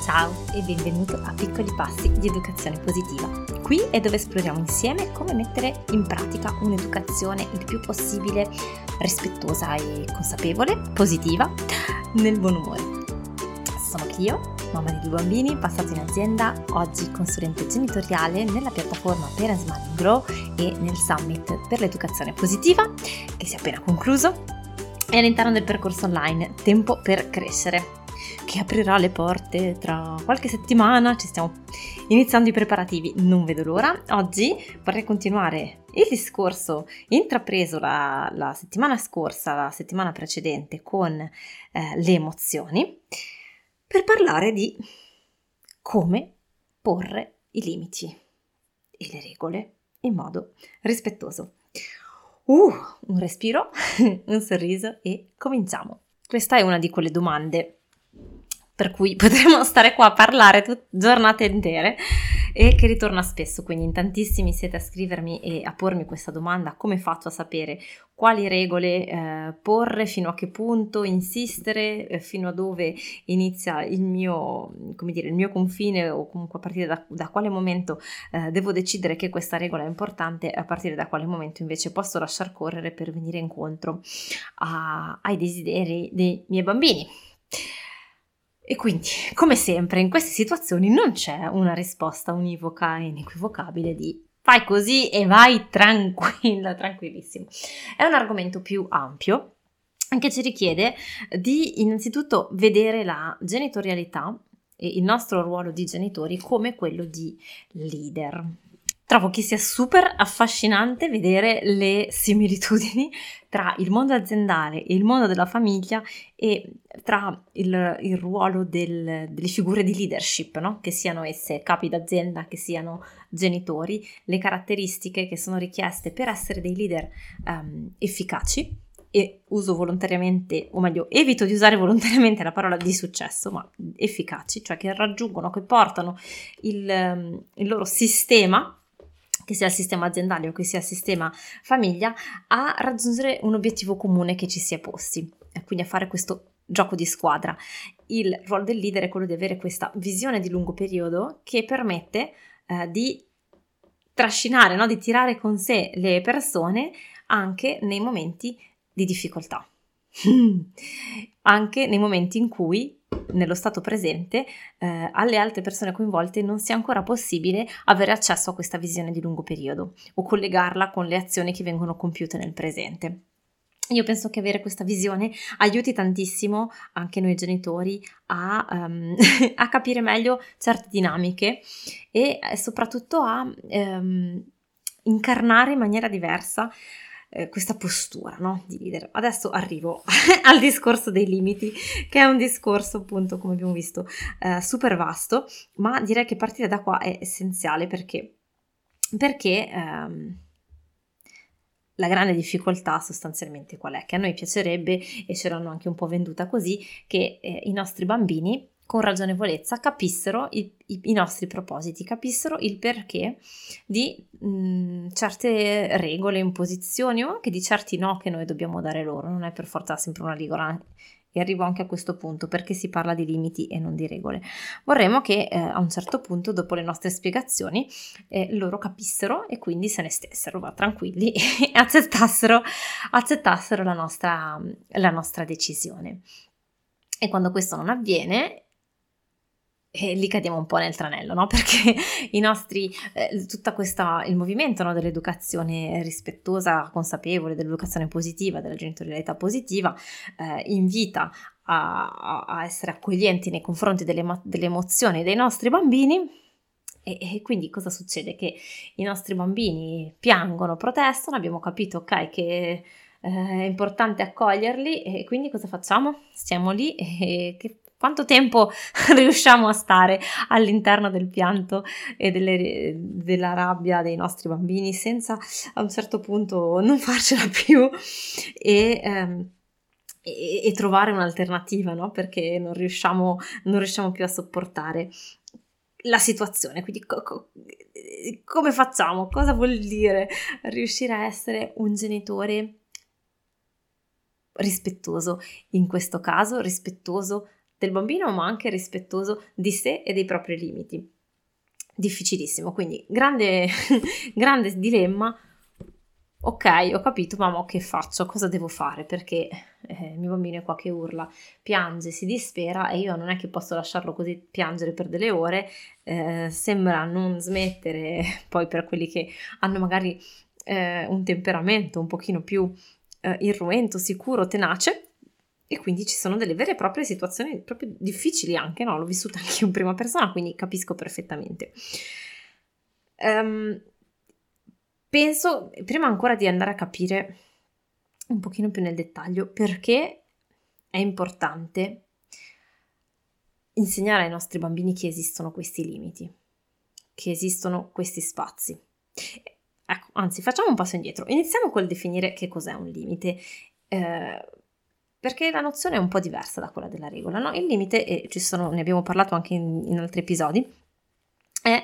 Ciao e benvenuto a Piccoli Passi di Educazione Positiva. Qui è dove esploriamo insieme come mettere in pratica un'educazione il più possibile rispettosa e consapevole, positiva, nel buon umore. Sono Clio, mamma di 2 bambini, passata in azienda, oggi consulente genitoriale nella piattaforma Parents Mind Grow e nel Summit per l'Educazione Positiva, che si è appena concluso, e all'interno del percorso online Tempo per Crescere, che aprirà le porte tra qualche settimana. Ci stiamo iniziando i preparativi, non vedo l'ora. Oggi vorrei continuare il discorso intrapreso la settimana scorsa, la settimana precedente, con le emozioni, per parlare di come porre i limiti e le regole in modo rispettoso. Un respiro, un sorriso e cominciamo. Questa è una di quelle domande per cui potremmo stare qua a parlare giornate intere e che ritorna spesso, quindi in tantissimi siete a scrivermi e a pormi questa domanda: come faccio a sapere quali regole porre, fino a che punto insistere, fino a dove inizia il mio confine, o comunque a partire da quale momento devo decidere che questa regola è importante, a partire da quale momento invece posso lasciar correre per venire incontro ai desideri dei miei bambini. E quindi, come sempre, in queste situazioni non c'è una risposta univoca e inequivocabile di fai così e vai tranquilla, tranquillissimo. È un argomento più ampio che ci richiede di innanzitutto vedere la genitorialità e il nostro ruolo di genitori come quello di leader. Trovo che sia super affascinante vedere le similitudini tra il mondo aziendale e il mondo della famiglia e tra il ruolo delle figure di leadership, no? Che siano esse capi d'azienda, che siano genitori, le caratteristiche che sono richieste per essere dei leader efficaci. E uso volontariamente, o meglio, evito di usare volontariamente la parola di successo, ma efficaci, cioè che raggiungono, che portano il loro sistema, che sia il sistema aziendale o che sia il sistema famiglia, a raggiungere un obiettivo comune che ci si è posti, e quindi a fare questo gioco di squadra. Il ruolo del leader è quello di avere questa visione di lungo periodo che permette di trascinare, no? Di tirare con sé le persone anche nei momenti di difficoltà, anche nei momenti in cui nello stato presente alle altre persone coinvolte non sia ancora possibile avere accesso a questa visione di lungo periodo o collegarla con le azioni che vengono compiute nel presente. Io penso che avere questa visione aiuti tantissimo anche noi genitori a capire meglio certe dinamiche e soprattutto a incarnare in maniera diversa questa postura, no? Di leader. Adesso arrivo al discorso dei limiti, che è un discorso, appunto, come abbiamo visto, super vasto, ma direi che partire da qua è essenziale perché la grande difficoltà sostanzialmente qual è? Che a noi piacerebbe, e ce l'hanno anche un po' venduta così, che i nostri bambini con ragionevolezza capissero i nostri propositi, capissero il perché di certe regole, imposizioni o anche di certi no che noi dobbiamo dare loro. Non è per forza sempre una regola, e arrivo anche a questo punto perché si parla di limiti e non di regole. Vorremmo che a un certo punto, dopo le nostre spiegazioni, loro capissero e quindi se ne stessero tranquilli e accettassero la nostra decisione. E quando questo non avviene, lì cadiamo un po' nel tranello, no? Perché i nostri, il movimento, no, dell'educazione rispettosa, consapevole, dell'educazione positiva, della genitorialità positiva, invita a essere accoglienti nei confronti delle emozioni dei nostri bambini. E quindi cosa succede? Che i nostri bambini piangono, protestano, abbiamo capito, ok, che è importante accoglierli, e quindi cosa facciamo? Stiamo lì e quanto tempo riusciamo a stare all'interno del pianto e della rabbia dei nostri bambini senza a un certo punto non farcela più e trovare un'alternativa, no? Perché non riusciamo più a sopportare la situazione. Quindi come facciamo? Cosa vuol dire riuscire a essere un genitore rispettoso, in questo caso rispettoso del bambino, ma anche rispettoso di sé e dei propri limiti. Difficilissimo, quindi grande dilemma. Ok, ho capito, mamma, che faccio? Cosa devo fare? Perché il mio bambino è qua che urla, piange, si dispera e io non è che posso lasciarlo così piangere per delle ore, sembra non smettere. Poi per quelli che hanno magari un temperamento un pochino più irruento, sicuro, tenace, e quindi ci sono delle vere e proprie situazioni proprio difficili anche, no? L'ho vissuta anche io in prima persona, quindi capisco perfettamente. Penso, prima ancora di andare a capire un pochino più nel dettaglio, perché è importante insegnare ai nostri bambini che esistono questi limiti, che esistono questi spazi. Ecco, anzi, facciamo un passo indietro. Iniziamo col definire che cos'è un limite, perché la nozione è un po' diversa da quella della regola, no? Il limite, e ne abbiamo parlato anche in altri episodi, è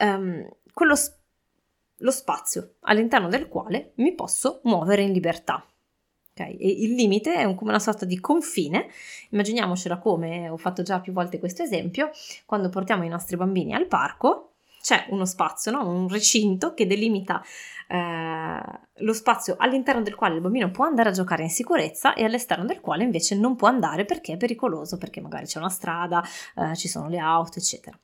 lo spazio all'interno del quale mi posso muovere in libertà. Okay? E il limite è come una sorta di confine. Immaginiamocela come, ho fatto già più volte questo esempio, quando portiamo i nostri bambini al parco c'è uno spazio, no? Un recinto che delimita lo spazio all'interno del quale il bambino può andare a giocare in sicurezza e all'esterno del quale invece non può andare perché è pericoloso, perché magari c'è una strada, ci sono le auto, eccetera.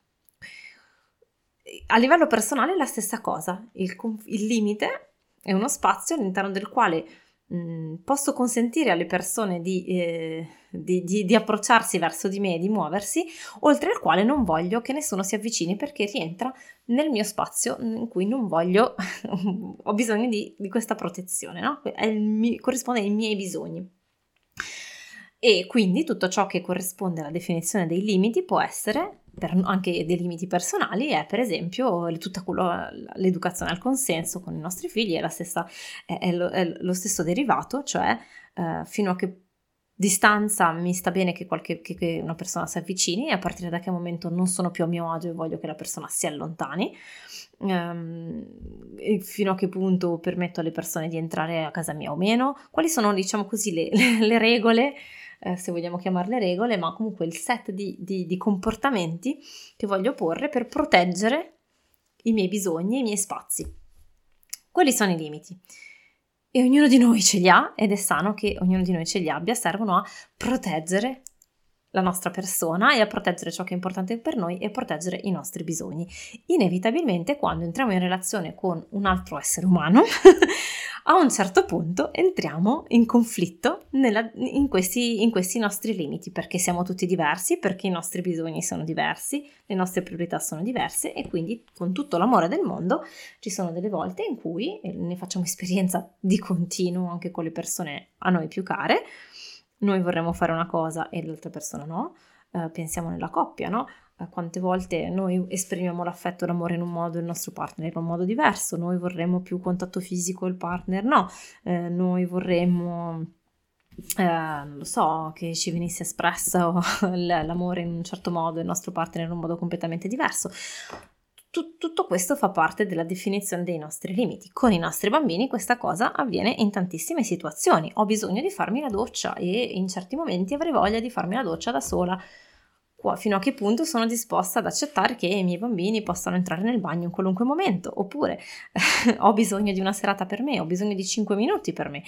A livello personale è la stessa cosa, il limite è uno spazio all'interno del quale posso consentire alle persone di approcciarsi verso di me, di muoversi, oltre il quale non voglio che nessuno si avvicini perché rientra nel mio spazio in cui non voglio, ho bisogno di questa protezione, no? Corrisponde ai miei bisogni. E quindi tutto ciò che corrisponde alla definizione dei limiti può essere, anche dei limiti personali, è per esempio l'educazione al consenso con i nostri figli, è lo stesso derivato, cioè fino a che distanza mi sta bene che una persona si avvicini e a partire da che momento non sono più a mio agio e voglio che la persona si allontani, e fino a che punto permetto alle persone di entrare a casa mia o meno, quali sono, diciamo così, le regole, se vogliamo chiamarle regole, ma comunque il set di comportamenti che voglio porre per proteggere i miei bisogni e i miei spazi. Quali sono i limiti? E ognuno di noi ce li ha, ed è sano che ognuno di noi ce li abbia, servono a proteggere la nostra persona e a proteggere ciò che è importante per noi e a proteggere i nostri bisogni. Inevitabilmente, quando entriamo in relazione con un altro essere umano, a un certo punto entriamo in conflitto in questi nostri limiti, perché siamo tutti diversi, perché i nostri bisogni sono diversi, le nostre priorità sono diverse, e quindi con tutto l'amore del mondo ci sono delle volte in cui, e ne facciamo esperienza di continuo anche con le persone a noi più care, noi vorremmo fare una cosa e l'altra persona no. Pensiamo nella coppia, no? Quante volte noi esprimiamo l'affetto e l'amore in un modo e il nostro partner in un modo diverso, noi vorremmo più contatto fisico e il partner no, noi vorremmo non lo so, che ci venisse espresso l'amore in un certo modo e il nostro partner in un modo completamente diverso. Tutto questo fa parte della definizione dei nostri limiti. Con i nostri bambini questa cosa avviene in tantissime situazioni. Ho bisogno di farmi la doccia e in certi momenti avrei voglia di farmi la doccia da sola. Fino a che punto sono disposta ad accettare che i miei bambini possano entrare nel bagno in qualunque momento, oppure ho bisogno di una serata per me, ho bisogno di 5 minuti per me,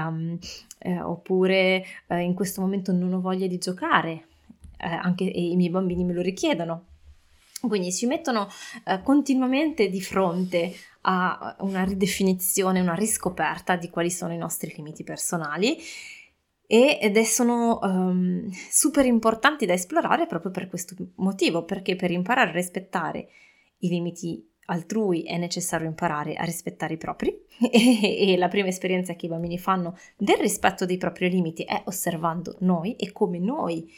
oppure in questo momento non ho voglia di giocare, anche i miei bambini me lo richiedono. Quindi ci mettono continuamente di fronte a una ridefinizione, una riscoperta di quali sono i nostri limiti personali, ed sono super importanti da esplorare proprio per questo motivo, perché per imparare a rispettare i limiti altrui è necessario imparare a rispettare i propri e la prima esperienza che i bambini fanno del rispetto dei propri limiti è osservando noi e come noi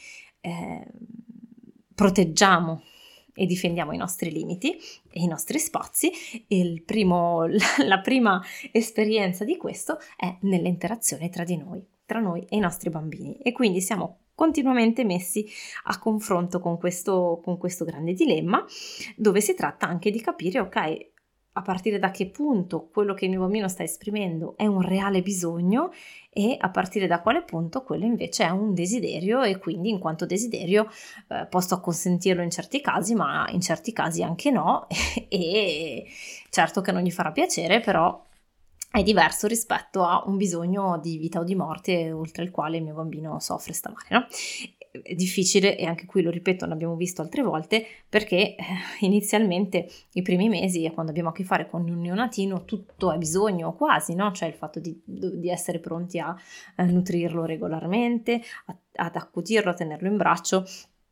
proteggiamo e difendiamo i nostri limiti e i nostri spazi. La prima esperienza di questo è nell'interazione tra noi e i nostri bambini, e quindi siamo continuamente messi a confronto con questo grande dilemma, dove si tratta anche di capire, ok, a partire da che punto quello che il mio bambino sta esprimendo è un reale bisogno e a partire da quale punto quello invece è un desiderio, e quindi in quanto desiderio posso acconsentirlo in certi casi, ma in certi casi anche no e certo che non gli farà piacere, però è diverso rispetto a un bisogno di vita o di morte oltre il quale il mio bambino soffre e sta male, no? È difficile, e anche qui lo ripeto, l'abbiamo visto altre volte, perché inizialmente i primi mesi, quando abbiamo a che fare con un neonatino, tutto è bisogno quasi, no? Cioè il fatto di essere pronti a nutrirlo regolarmente, ad accudirlo, a tenerlo in braccio.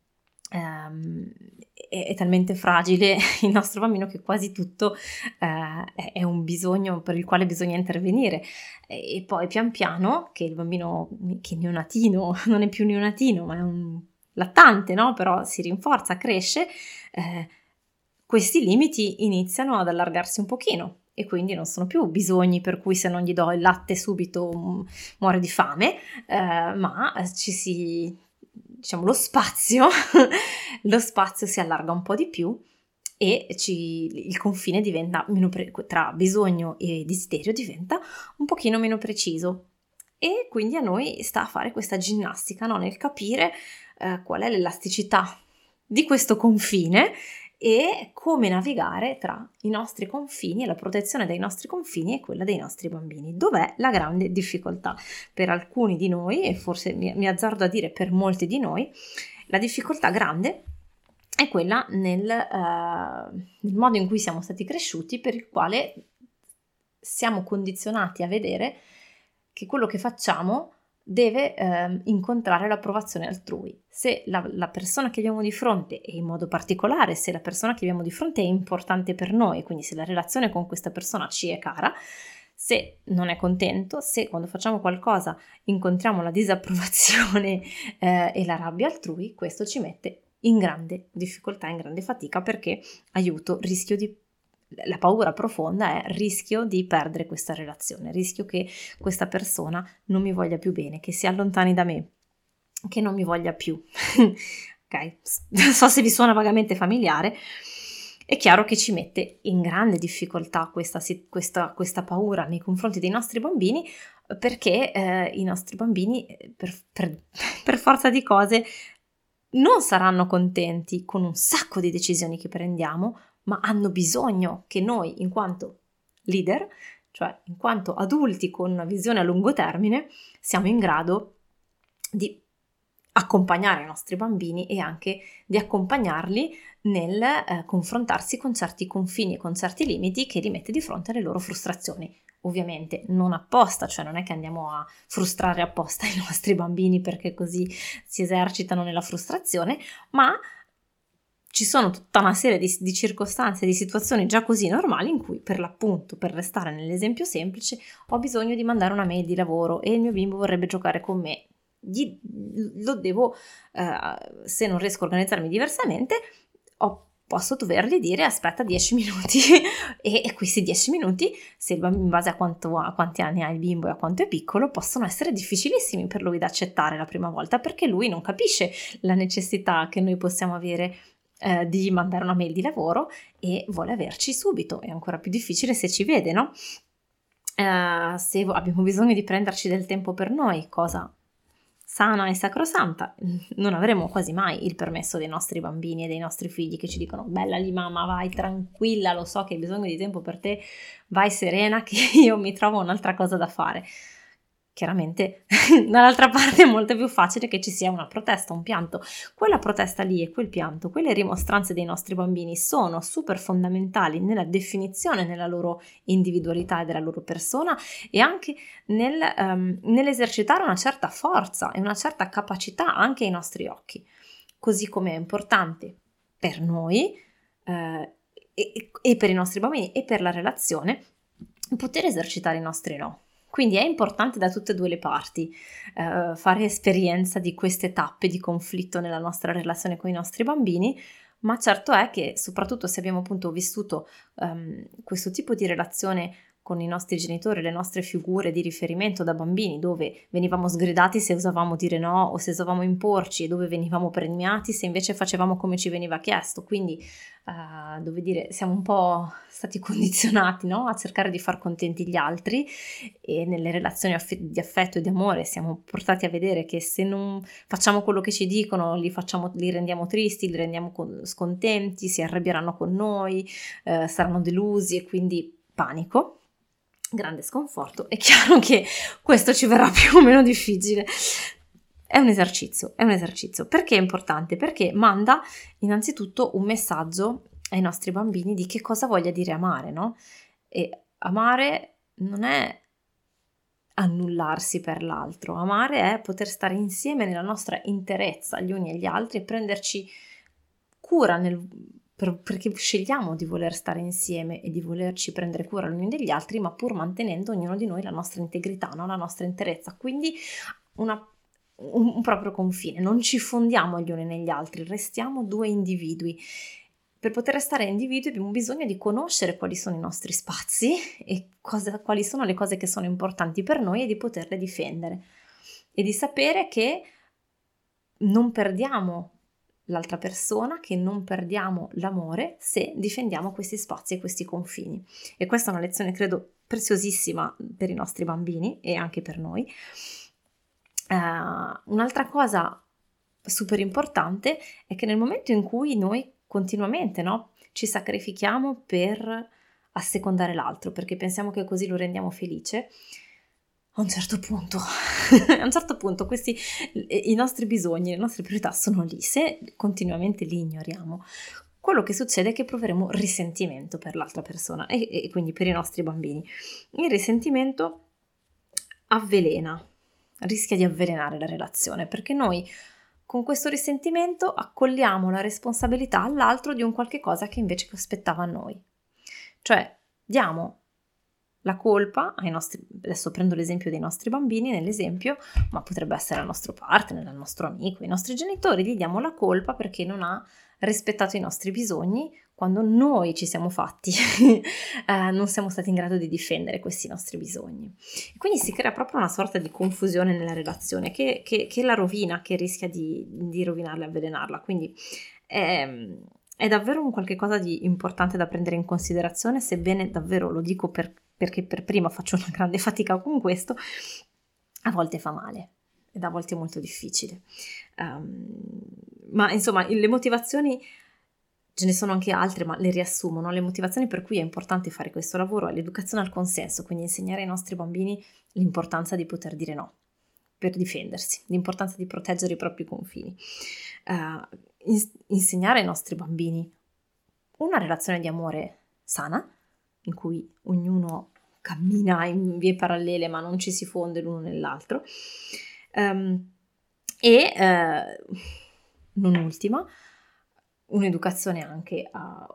È talmente fragile il nostro bambino che quasi tutto è un bisogno per il quale bisogna intervenire, e poi pian piano che il bambino, che è neonatino, non è più neonatino ma è un lattante, no? Però si rinforza, cresce, questi limiti iniziano ad allargarsi un pochino e quindi non sono più bisogni per cui se non gli do il latte subito muore di fame, ma diciamo lo spazio si allarga un po' di più e il confine diventa tra bisogno e desiderio diventa un pochino meno preciso, e quindi a noi sta a fare questa ginnastica, no? Nel capire qual è l'elasticità di questo confine e come navigare tra i nostri confini e la protezione dei nostri confini e quella dei nostri bambini. Dov'è la grande difficoltà? Per alcuni di noi, e forse mi azzardo a dire per molti di noi, la difficoltà grande è quella nel modo in cui siamo stati cresciuti, per il quale siamo condizionati a vedere che quello che facciamo deve incontrare l'approvazione altrui. Se la persona che abbiamo di fronte, e in modo particolare se la persona che abbiamo di fronte è importante per noi, quindi se la relazione con questa persona ci è cara, se non è contento, se quando facciamo qualcosa incontriamo la disapprovazione e la rabbia altrui, questo ci mette in grande difficoltà, in grande fatica, perché la paura profonda è rischio di perdere questa relazione, rischio che questa persona non mi voglia più bene, che si allontani da me, che non mi voglia più. Ok, non so se vi suona vagamente familiare. È chiaro che ci mette in grande difficoltà questa paura nei confronti dei nostri bambini, perché i nostri bambini per forza di cose non saranno contenti con un sacco di decisioni che prendiamo, ma hanno bisogno che noi, in quanto leader, cioè in quanto adulti con una visione a lungo termine, siamo in grado di accompagnare i nostri bambini e anche di accompagnarli nel confrontarsi con certi confini e con certi limiti che li mette di fronte alle loro frustrazioni. Ovviamente non apposta, cioè non è che andiamo a frustrare apposta i nostri bambini perché così si esercitano nella frustrazione, ma ci sono tutta una serie di circostanze, di situazioni già così normali in cui, per l'appunto, per restare nell'esempio semplice, ho bisogno di mandare una mail di lavoro e il mio bimbo vorrebbe giocare con me. Se non riesco a organizzarmi diversamente, posso dovergli dire aspetta 10 minuti e questi 10 minuti, se il bambino, in base a quanti anni ha il bimbo e a quanto è piccolo, possono essere difficilissimi per lui da accettare la prima volta, perché lui non capisce la necessità che noi possiamo avere di mandare una mail di lavoro e vuole averci subito. È ancora più difficile se ci vede, no? Se abbiamo bisogno di prenderci del tempo per noi, cosa sana e sacrosanta, non avremo quasi mai il permesso dei nostri bambini e dei nostri figli che ci dicono bella lì mamma, vai tranquilla, lo so che hai bisogno di tempo per te, vai serena che io mi trovo un'altra cosa da fare. Chiaramente dall'altra parte è molto più facile che ci sia una protesta, un pianto. Quella protesta lì e quel pianto, quelle rimostranze dei nostri bambini sono super fondamentali nella definizione, nella loro individualità e della loro persona, e anche nell'esercitare una certa forza e una certa capacità anche ai nostri occhi. Così come è importante per noi e per i nostri bambini e per la relazione poter esercitare i nostri no. Quindi è importante da tutte e due le parti fare esperienza di queste tappe di conflitto nella nostra relazione con i nostri bambini, ma certo è che soprattutto se abbiamo appunto vissuto questo tipo di relazione con i nostri genitori, le nostre figure di riferimento da bambini, dove venivamo sgridati se osavamo dire no o se osavamo imporci, e dove venivamo premiati se invece facevamo come ci veniva chiesto. Quindi dove dire, siamo un po' stati condizionati, no? A cercare di far contenti gli altri, e nelle relazioni di affetto e di amore siamo portati a vedere che se non facciamo quello che ci dicono li rendiamo tristi, li rendiamo scontenti, si arrabbieranno con noi, saranno delusi, e quindi panico, grande sconforto. È chiaro che questo ci verrà più o meno difficile. È un esercizio. Perché è importante? Perché manda innanzitutto un messaggio ai nostri bambini di che cosa voglia dire amare, no? E amare non è annullarsi per l'altro, amare è poter stare insieme nella nostra interezza gli uni e gli altri e prenderci cura perché scegliamo di voler stare insieme e di volerci prendere cura gli uni degli altri, ma pur mantenendo ognuno di noi la nostra integrità, no? La nostra interezza, quindi un proprio confine. Non ci fondiamo gli uni negli altri, restiamo due individui. Per poter restare individui abbiamo bisogno di conoscere quali sono i nostri spazi e quali sono le cose che sono importanti per noi, e di poterle difendere, e di sapere che non perdiamo l'altra persona, che non perdiamo l'amore se difendiamo questi spazi e questi confini. E questa è una lezione, credo, preziosissima per i nostri bambini e anche per noi. Un'altra cosa super importante è che nel momento in cui noi continuamente, no, ci sacrifichiamo per assecondare l'altro, perché pensiamo che così lo rendiamo felice, a un certo punto i nostri bisogni, le nostre priorità sono lì. Se continuamente li ignoriamo, quello che succede è che proveremo risentimento per l'altra persona e quindi per i nostri bambini. Il risentimento rischia di avvelenare la relazione, perché noi con questo risentimento accolliamo la responsabilità all'altro di un qualche cosa che invece aspettava a noi. Cioè diamo la colpa ai nostri, adesso prendo l'esempio dei nostri bambini nell'esempio, ma potrebbe essere al nostro partner, al nostro amico, ai nostri genitori, gli diamo la colpa perché non ha rispettato i nostri bisogni quando noi ci siamo fatti, non siamo stati in grado di difendere questi nostri bisogni. E quindi si crea proprio una sorta di confusione nella relazione che la rovina, che rischia di rovinarla e avvelenarla. Quindi è davvero un qualche cosa di importante da prendere in considerazione, sebbene davvero lo dico perché per prima faccio una grande fatica con questo, a volte fa male ed a volte è molto difficile. Ma insomma, le motivazioni ce ne sono anche altre, ma le riassumo, no? Le motivazioni per cui è importante fare questo lavoro è l'educazione al consenso, quindi insegnare ai nostri bambini l'importanza di poter dire no per difendersi, l'importanza di proteggere i propri confini, insegnare ai nostri bambini una relazione di amore sana, in cui ognuno cammina in vie parallele ma non ci si fonde l'uno nell'altro, non ultima, un'educazione anche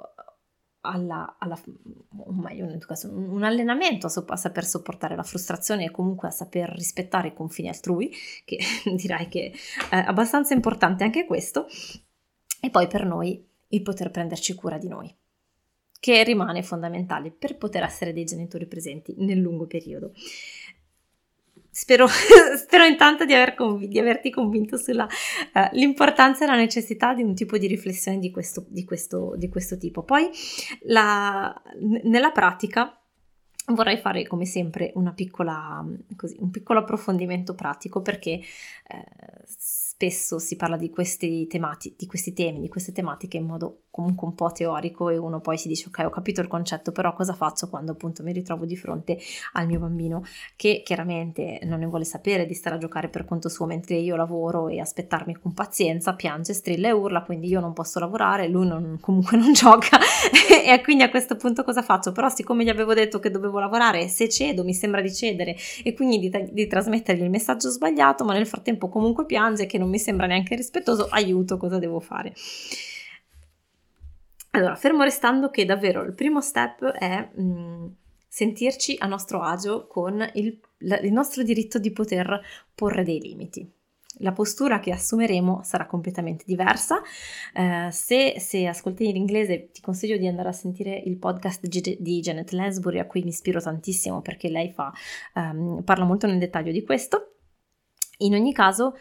un allenamento a saper sopportare la frustrazione e comunque a saper rispettare i confini altrui, che direi che è abbastanza importante anche questo, e poi per noi il poter prenderci cura di noi, che rimane fondamentale per poter essere dei genitori presenti nel lungo periodo. Spero intanto di averti convinto sulla l'importanza e la necessità di un tipo di riflessione di questo tipo. Poi nella pratica vorrei fare come sempre un piccolo approfondimento pratico, perché spesso si parla di queste tematiche in modo comunque un po' teorico, e uno poi si dice ok, ho capito il concetto, però cosa faccio quando appunto mi ritrovo di fronte al mio bambino che chiaramente non ne vuole sapere di stare a giocare per conto suo mentre io lavoro e aspettarmi con pazienza, piange, strilla e urla, quindi io non posso lavorare, lui comunque non gioca e quindi a questo punto cosa faccio? Però siccome gli avevo detto che dovevo lavorare, se cedo mi sembra di cedere e quindi di trasmettergli il messaggio sbagliato, ma nel frattempo comunque piange, che non mi sembra neanche rispettoso. Aiuto, cosa devo fare? Allora, fermo restando che davvero il primo step è sentirci a nostro agio con il nostro diritto di poter porre dei limiti. la postura che assumeremo sarà completamente diversa. Se ascolti l'inglese, ti consiglio di andare a sentire il podcast di Janet Lansbury, a cui mi ispiro tantissimo perché lei parla molto nel dettaglio di questo. In ogni caso,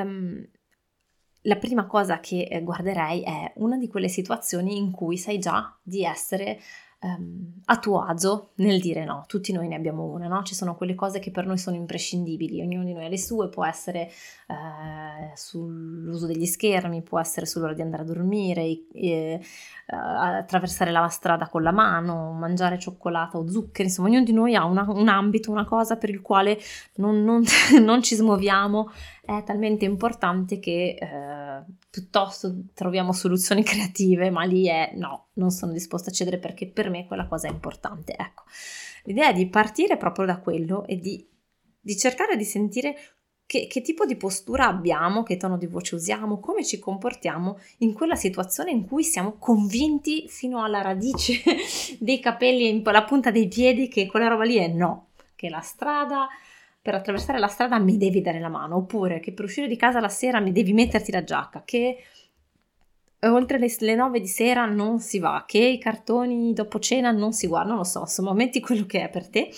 la prima cosa che guarderei è una di quelle situazioni in cui sai già di essere a tuo agio nel dire no. Tutti noi ne abbiamo una, no? Ci sono quelle cose che per noi sono imprescindibili, ognuno di noi ha le sue, può essere sull'uso degli schermi, può essere sull'ora di andare a dormire, attraversare la strada con la mano, mangiare cioccolata o zuccheri, insomma ognuno di noi ha un ambito, una cosa per il quale non ci smuoviamo. È talmente importante che piuttosto troviamo soluzioni creative, ma lì no, non sono disposta a cedere perché per me quella cosa è importante. Ecco, l'idea è di partire proprio da quello e di cercare di sentire che tipo di postura abbiamo, che tono di voce usiamo, come ci comportiamo in quella situazione in cui siamo convinti fino alla radice dei capelli, alla punta dei piedi, che quella roba lì è no, che la strada... per attraversare la strada mi devi dare la mano, oppure che per uscire di casa la sera mi devi metterti la giacca, che oltre le 9 di sera non si va, che i cartoni dopo cena non si guardano, non lo so, insomma metti quello che è per te,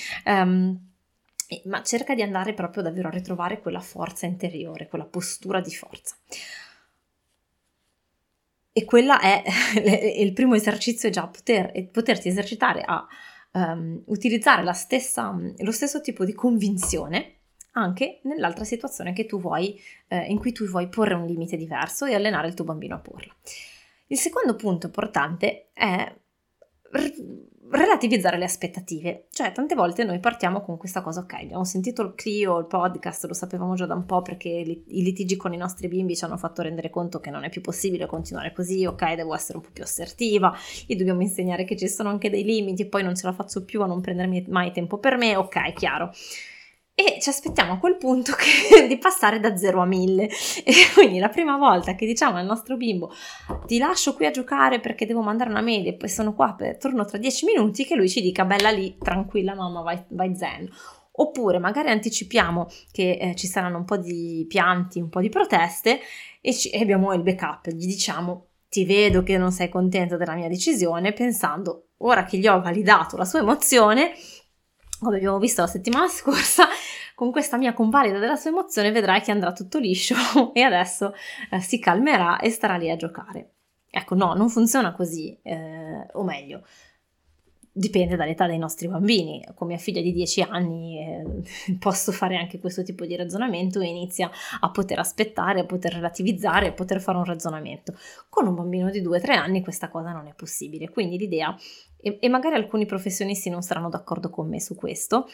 ma cerca di andare proprio davvero a ritrovare quella forza interiore, quella postura di forza. E quella è il primo esercizio, è già poterti esercitare a utilizzare lo stesso tipo di convinzione anche nell'altra situazione che tu vuoi, in cui tu vuoi porre un limite diverso e allenare il tuo bambino a porlo. Il secondo punto importante è relativizzare le aspettative, cioè tante volte noi partiamo con questa cosa, ok, abbiamo sentito il Clio, il podcast, lo sapevamo già da un po' perché i litigi con i nostri bimbi ci hanno fatto rendere conto che non è più possibile continuare così, ok, devo essere un po' più assertiva, gli dobbiamo insegnare che ci sono anche dei limiti, poi non ce la faccio più a non prendermi mai tempo per me, ok, chiaro. E ci aspettiamo a quel punto di passare da 0 a 1000 e quindi la prima volta che diciamo al nostro bimbo ti lascio qui a giocare perché devo mandare una mail e poi sono qua torno tra 10 minuti, che lui ci dica bella lì, tranquilla mamma, vai zen. Oppure magari anticipiamo che ci saranno un po' di pianti, un po' di proteste e abbiamo il backup, gli diciamo ti vedo che non sei contento della mia decisione, pensando ora che gli ho validato la sua emozione, come abbiamo visto la settimana scorsa, con questa mia convalida della sua emozione vedrai che andrà tutto liscio e adesso si calmerà e starà lì a giocare. Ecco, no, non funziona così, o meglio, dipende dall'età dei nostri bambini. Con mia figlia di 10 anni posso fare anche questo tipo di ragionamento e inizia a poter aspettare, a poter relativizzare, a poter fare un ragionamento. Con un bambino di 2-3 anni questa cosa non è possibile, quindi l'idea, e magari alcuni professionisti non saranno d'accordo con me su questo,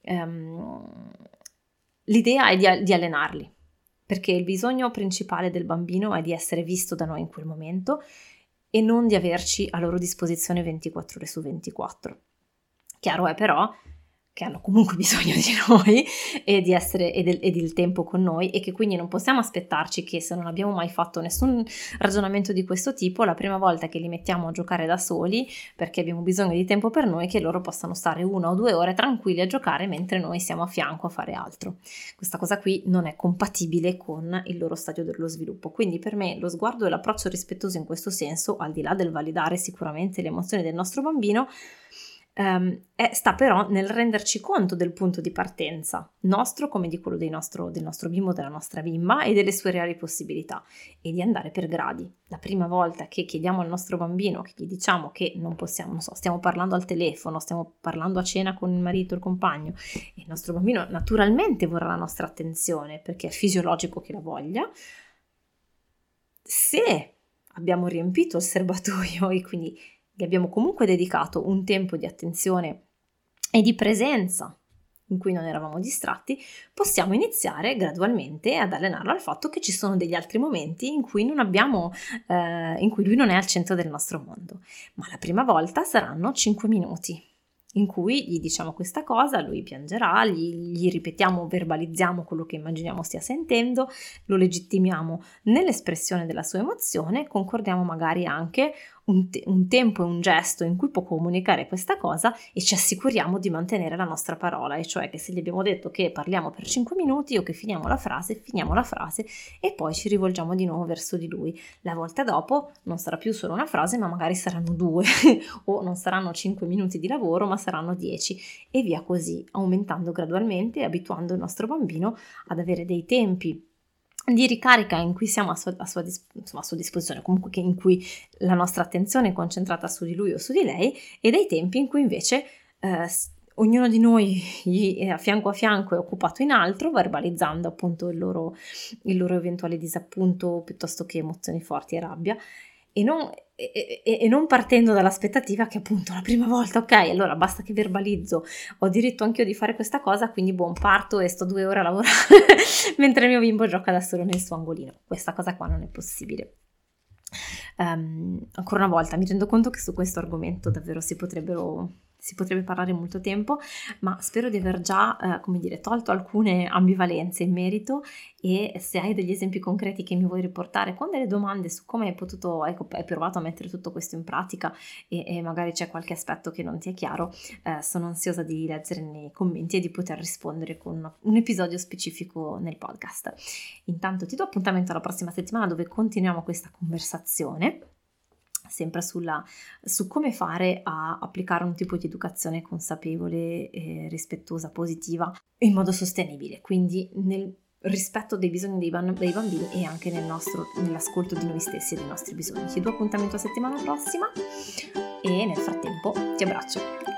l'idea è di allenarli, perché il bisogno principale del bambino è di essere visto da noi in quel momento e non di averci a loro disposizione 24 ore su 24. Chiaro è però che hanno comunque bisogno di noi e di essere e del tempo con noi, e che quindi non possiamo aspettarci che, se non abbiamo mai fatto nessun ragionamento di questo tipo, la prima volta che li mettiamo a giocare da soli perché abbiamo bisogno di tempo per noi, che loro possano stare 1 o 2 ore tranquilli a giocare mentre noi siamo a fianco a fare altro. Questa cosa qui non è compatibile con il loro stadio dello sviluppo, quindi per me lo sguardo e l'approccio rispettoso in questo senso, al di là del validare sicuramente le emozioni del nostro bambino, sta però nel renderci conto del punto di partenza nostro come di quello del nostro bimbo, della nostra bimba, e delle sue reali possibilità, e di andare per gradi. La prima volta che chiediamo al nostro bambino, che gli diciamo che non possiamo, non so, stiamo parlando al telefono, stiamo parlando a cena con il marito, il compagno, e il nostro bambino naturalmente vorrà la nostra attenzione perché è fisiologico che la voglia, se abbiamo riempito il serbatoio e quindi gli abbiamo comunque dedicato un tempo di attenzione e di presenza in cui non eravamo distratti, possiamo iniziare gradualmente ad allenarlo al fatto che ci sono degli altri momenti in cui in cui lui non è al centro del nostro mondo. Ma la prima volta saranno 5 minuti in cui gli diciamo questa cosa, lui piangerà, gli ripetiamo, verbalizziamo quello che immaginiamo stia sentendo, lo legittimiamo nell'espressione della sua emozione, concordiamo magari anche un tempo e un gesto in cui può comunicare questa cosa e ci assicuriamo di mantenere la nostra parola, e cioè che se gli abbiamo detto che parliamo per 5 minuti o che finiamo la frase e poi ci rivolgiamo di nuovo verso di lui. La volta dopo non sarà più solo una frase, ma magari saranno 2 o non saranno 5 minuti di lavoro, ma saranno 10 e via così, aumentando gradualmente e abituando il nostro bambino ad avere dei tempi di ricarica in cui siamo a sua disposizione, comunque in cui la nostra attenzione è concentrata su di lui o su di lei, e dei tempi in cui invece ognuno di noi a fianco è occupato in altro, verbalizzando appunto il loro eventuale disappunto piuttosto che emozioni forti e rabbia, e non partendo dall'aspettativa che appunto la prima volta, ok, allora basta che verbalizzo, ho diritto anch'io di fare questa cosa, quindi parto e sto 2 ore a lavorare mentre il mio bimbo gioca da solo nel suo angolino. Questa cosa qua non è possibile. Ancora una volta mi rendo conto che su questo argomento davvero si potrebbe parlare molto tempo, ma spero di aver già tolto alcune ambivalenze in merito, e se hai degli esempi concreti che mi vuoi riportare con delle domande su come hai provato a mettere tutto questo in pratica e magari c'è qualche aspetto che non ti è chiaro, sono ansiosa di leggere nei commenti e di poter rispondere con un episodio specifico nel podcast. Intanto ti do appuntamento alla prossima settimana, dove continuiamo questa conversazione sempre su come fare a applicare un tipo di educazione consapevole, rispettosa, positiva in modo sostenibile, quindi nel rispetto dei bisogni dei bambini e anche nell'ascolto di noi stessi e dei nostri bisogni. Ti do appuntamento la settimana prossima e nel frattempo ti abbraccio.